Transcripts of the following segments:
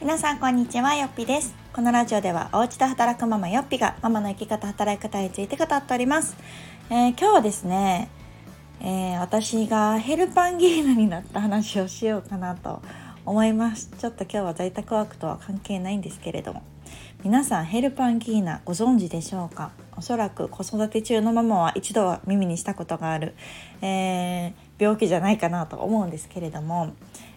皆さんこんにちは、よっぴです。このラジオではお家で働くママよっぴがママの生き方働き方について語っております。今日はですね、私がヘルパンギーナになった話をしようかなと思います。ちょっと今日は在宅ワークとは関係ないんですけれども、皆さんヘルパンギーナご存知でしょうか？おそらく子育て中のママは一度は耳にしたことがある、病気じゃないかなと思うんですけれども、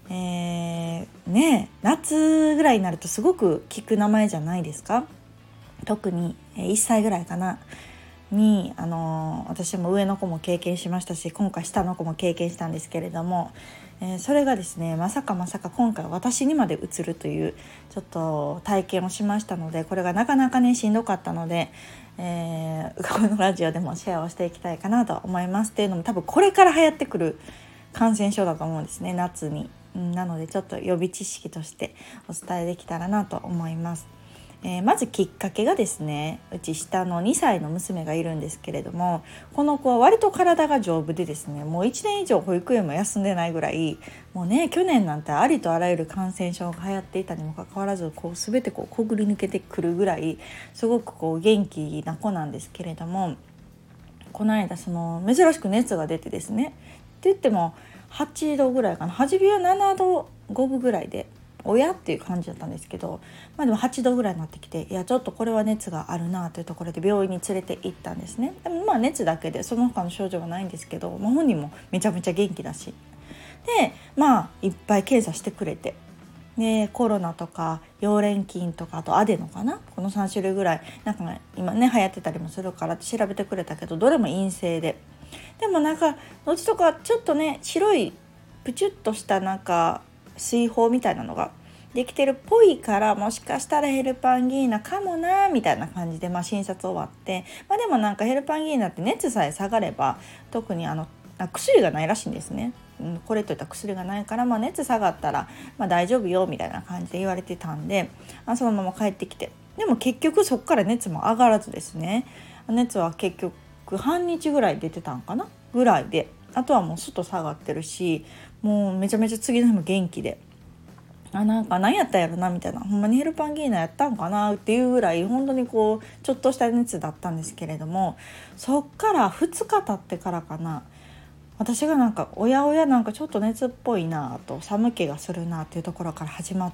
夏ぐらいになるとすごく聞く名前じゃないですか？特に1歳ぐらいかなに、私も上の子も経験しましたし、今回下の子も経験したんですけれども、それがですね、まさか今回私にまで移るというちょっと体験をしましたので、これがなかなかねしんどかったので、このラジオでもシェアをしていきたいかなと思います。っていうのも多分これから流行ってくる感染症だと思うんですね、夏に。なのでちょっと予備知識としてお伝えできたらなと思います。まずきっかけがですね、うち下の2歳の娘がいるんですけれども、この子は割と体が丈夫でですね、もう1年以上保育園も休んでないぐらい、もうね、去年なんてありとあらゆる感染症が流行っていたにもかかわらず、全てこぐり抜けてくるぐらいすごく元気な子なんですけれども、この間珍しく熱が出てですね、って言っても8度ぐらいかな、初めは7度5分ぐらいで親っていう感じだったんですけど、でも8度ぐらいになってきて、いやちょっとこれは熱があるなというところで病院に連れて行ったんですね。でも熱だけでその他の症状はないんですけど、本人もめちゃめちゃ元気だし、でいっぱい検査してくれて、でコロナとか溶連菌とかあとアデノかな、この3種類ぐらい今ね流行ってたりもするから調べてくれたけど、どれも陰性で、でもどっちとかちょっとね白いプチュッとした水泡みたいなのができてるっぽいから、もしかしたらヘルパンギーナかもなみたいな感じで、診察終わって、でもヘルパンギーナって熱さえ下がれば、特に薬がないらしいんですね。これといった薬がないから、熱下がったら、大丈夫よみたいな感じで言われてたんで、そのまま帰ってきて、でも結局そこから熱も上がらずですね、熱は結局半日ぐらい出てたんかなぐらいで、あとはもうすっと下がってるし、もうめちゃめちゃ次の日も元気で、何やったんやろなみたいな、ほんまにヘルパンギーナやったんかなっていうぐらい本当にちょっとした熱だったんですけれども、そっから2日経ってからかな、私がおやちょっと熱っぽいなと、寒気がするなっていうところから始まって、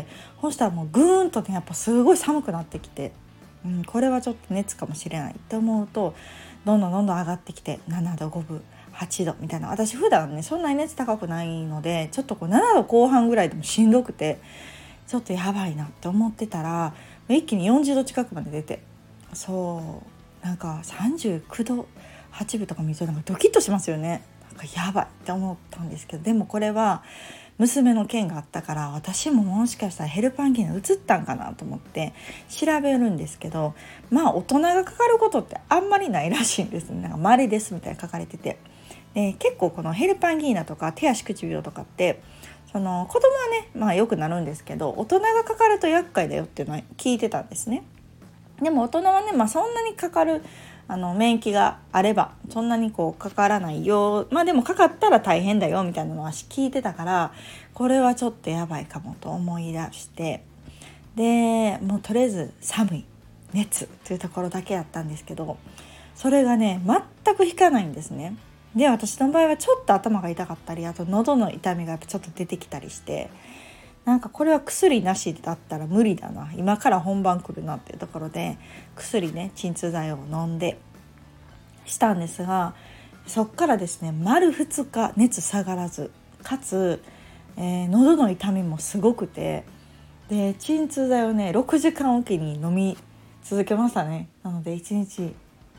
そしたらもうぐーんとね、やっぱすごい寒くなってきて、これはちょっと熱かもしれないって思うと、どんどん上がってきて7度5分8度みたいな。私普段ねそんなに熱高くないので、ちょっと7度後半ぐらいでもしんどくて、ちょっとやばいなって思ってたら、一気に40度近くまで出て、39度8分とか見るとドキッとしますよね。やばいって思ったんですけど、でもこれは娘の件があったから、私ももしかしたらヘルパンギーナ移ったんかなと思って調べるんですけど、大人がかかることってあんまりないらしいんですね。稀ですみたいな書かれてて、結構このヘルパンギーナとか手足口病とかって子供はねよくなるんですけど、大人がかかると厄介だよっていうのは聞いてたんですね。でも大人はね、そんなにかかる免疫があればそんなにかからないよ、でもかかったら大変だよみたいなのは聞いてたから、これはちょっとやばいかもと思い出して、でもうとりあえず寒い熱というところだけやったんですけど、それがね全く引かないんですね。で私の場合はちょっと頭が痛かったり、あと喉の痛みがやっぱちょっと出てきたりして、これは薬なしだったら無理だな、今から本番来るなっていうところで薬ね、鎮痛剤を飲んでしたんですが、そっからですね丸2日熱下がらず、かつ、喉の痛みもすごくて、で鎮痛剤をね6時間おきに飲み続けましたね。なので1日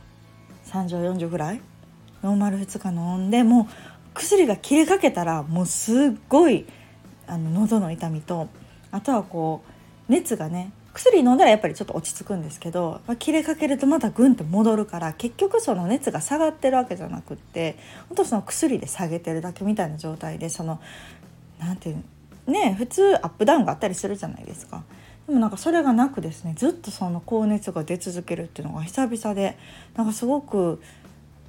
3錠4錠ぐらいノーマル2日飲んで、もう薬が切れかけたらもうすっごい喉の痛みと、あとは熱がね、薬飲んだらやっぱりちょっと落ち着くんですけど、切れかけるとまたグンって戻るから、結局その熱が下がってるわけじゃなくって、本当その薬で下げてるだけみたいな状態で、なんていうね、普通アップダウンがあったりするじゃないですか。でもそれがなくですね、ずっとその高熱が出続けるっていうのが久々で、すごく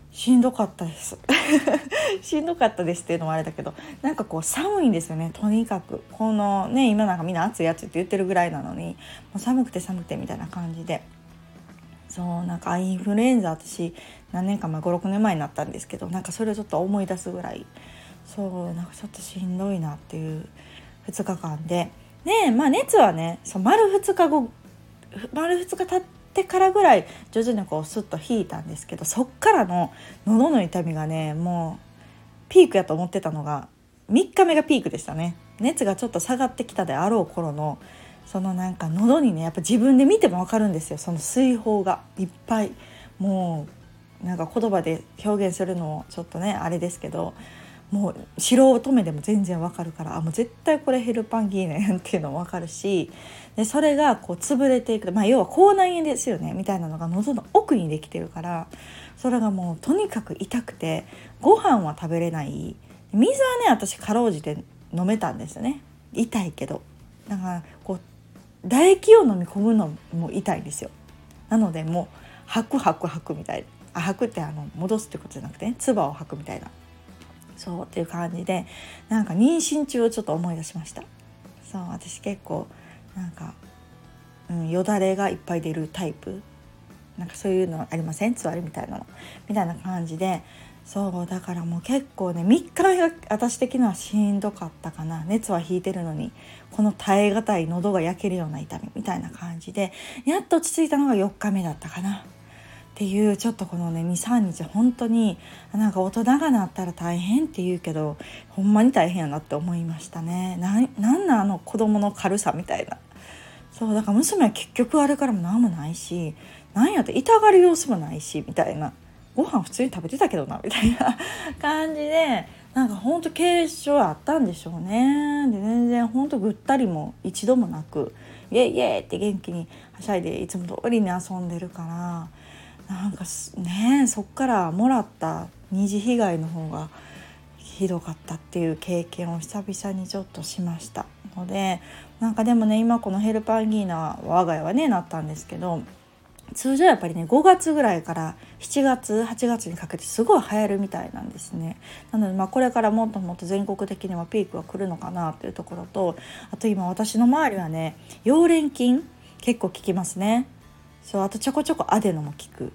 しんどかったですしんどかったですっていうのもあれだけど、なんかこう寒いんですよね。とにかくこのね、今なんかみんな暑い暑いって言ってるぐらいなのに、もう寒くて寒くてみたいな感じで、そうなんかインフルエンザ、私何年か前5、6年前になったんですけど、なんかそれをちょっと思い出すぐらい、そうなんかちょっとしんどいなっていう2日間で、ね、まあ熱はね、そう丸2日経ってからぐらい徐々にこうスッと引いたんですけど、そっからの喉の痛みがね、もうピークやと思ってたのが3日目がピークでしたね。熱がちょっと下がってきたであろう頃のそのなんか喉にね、やっぱ自分で見ても分かるんですよ。その水泡がいっぱい、もうなんか言葉で表現するのもちょっとねあれですけど、もう素人目でも全然わかるから、もう絶対これヘルパンギーナやんっていうのもわかるし、でそれがこう潰れていく、要は口内炎ですよねみたいなのが喉の奥にできてるから、それがもうとにかく痛くて、ご飯は食べれない。水はね、私かろうじて飲めたんですよね。痛いけど、だからこう唾液を飲み込むのも痛いんですよ。なのでもう吐くみたいな、吐くって戻すってことじゃなくてね、唾を吐くみたいな、そうっていう感じで、なんか妊娠中をちょっと思い出しました。そう私結構なんか、よだれがいっぱい出るタイプ、なんかそういうのありません？つわりみたいなのみたいな感じで、そうだからもう結構ね、3日目が私的にはしんどかったかな。熱は引いてるのにこの耐え難い喉が焼けるような痛みみたいな感じで、やっと落ち着いたのが4日目だったかなっていう、ちょっとこのね 2,3 日本当になんか大人がなったら大変って言うけど、ほんまに大変やなって思いましたね。なんあの子供の軽さみたいな。そうだから娘は結局あれからも何もないし、なんやって痛がる様子もないしみたいな、ご飯普通に食べてたけどなみたいな感じで、なんかほんと軽症あったんでしょうね。で全然ほんとぐったりも一度もなく、イエイイエイって元気にはしゃいでいつも通りに遊んでるから、なんかね、そっからもらった二次被害の方がひどかったっていう経験を久々にちょっとしましたので、なんかでもね、今このヘルパンギーナ我が家はねなったんですけど、通常やっぱりね5月ぐらいから7月8月にかけてすごい流行るみたいなんですね。なのでこれからもっともっと全国的にはピークが来るのかなというところと、あと今私の周りはね、溶連菌結構効きますね。そう、あとちょこちょこアデノも効く、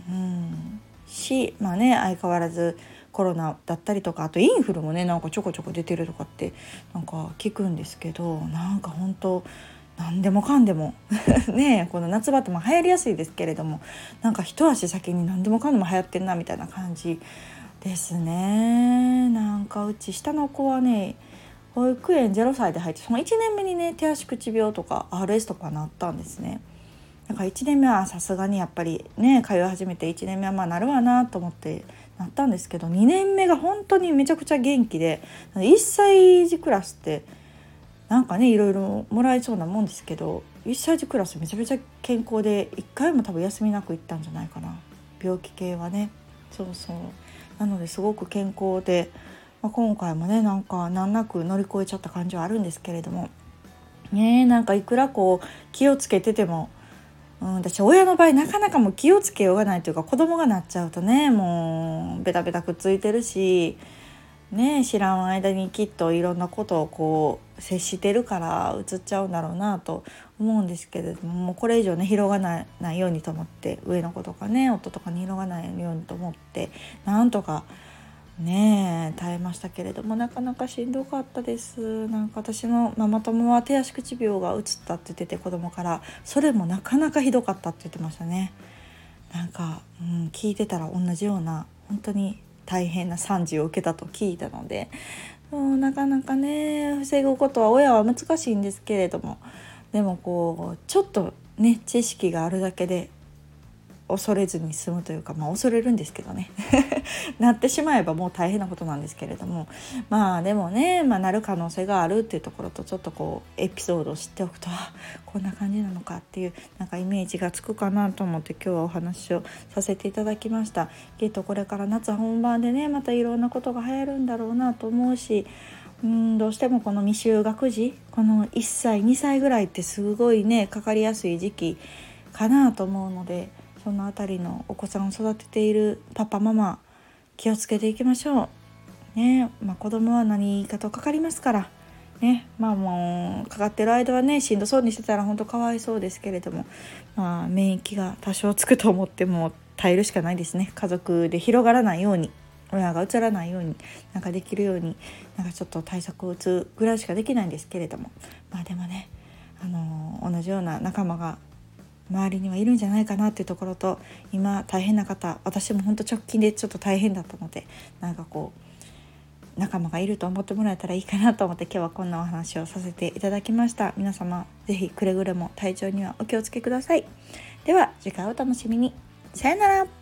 まあね、相変わらずコロナだったりとか、あとインフルもねなんかちょこちょこ出てるとかってなんか聞くんですけど、なんか本当何でもかんでもね、この夏場っても流行りやすいですけれども、なんか一足先に何でもかんでも流行ってんなみたいな感じですね。なんかうち下の子はね、保育園0歳で入って、その1年目にね手足口病とか RS とかなったんですね。だから1年目はさすがにやっぱりね通い始めて1年目はまあなるわなと思ってなったんですけど、2年目が本当にめちゃくちゃ元気で、1歳児クラスってなんかねいろいろもらえそうなもんですけど、1歳児クラスめちゃめちゃ健康で1回も多分休みなく行ったんじゃないかな、病気系はね。そうなのですごく健康で、今回もねなんか難なく乗り越えちゃった感じはあるんですけれどもね、なんかいくらこう気をつけてても、私親の場合なかなかもう気をつけようがないというか、子供がなっちゃうとねもうベタベタくっついてるしね、知らん間にきっといろんなことをこう接してるからうつっちゃうんだろうなと思うんですけれども、もうこれ以上ね広がないようにと思って、上の子とかね夫とかに広がないようにと思ってなんとかね耐えましたけれども、なかなかしんどかったです。なんか私のママ友は手足口病がうつったって言ってて、子供から、それもなかなかひどかったって言ってましたね。なんか、聞いてたら同じような本当に大変な惨事を受けたと聞いたので、なかなかね防ぐことは親は難しいんですけれども、でもこうちょっとね知識があるだけで恐れずに済むというか、恐れるんですけどねなってしまえばもう大変なことなんですけれども、でもね、なる可能性があるっていうところと、ちょっとこうエピソードを知っておくと、こんな感じなのかっていうなんかイメージがつくかなと思って今日はお話をさせていただきました。きっとこれから夏本番でねまたいろんなことが流行るんだろうなと思うし、どうしてもこの未就学児、この1歳2歳ぐらいってすごいねかかりやすい時期かなと思うので、 そのあたりのお子さんを育てているパパママ、気をつけていきましょうね。子供は何かとかかりますからね。もうかかってる間はね、しんどそうにしてたら本当かわいそうですけれども、免疫が多少つくと思っても耐えるしかないですね。家族で広がらないように、親がうつらないようにできるようにちょっと対策を打つぐらいしかできないんですけれども、でもね、同じような仲間が周りにはいるんじゃないかなっていうところと、今大変な方、私も本当直近でちょっと大変だったので、仲間がいると思ってもらえたらいいかなと思って、今日はこんなお話をさせていただきました。皆様ぜひくれぐれも体調にはお気をつけください。では次回お楽しみに。さよなら。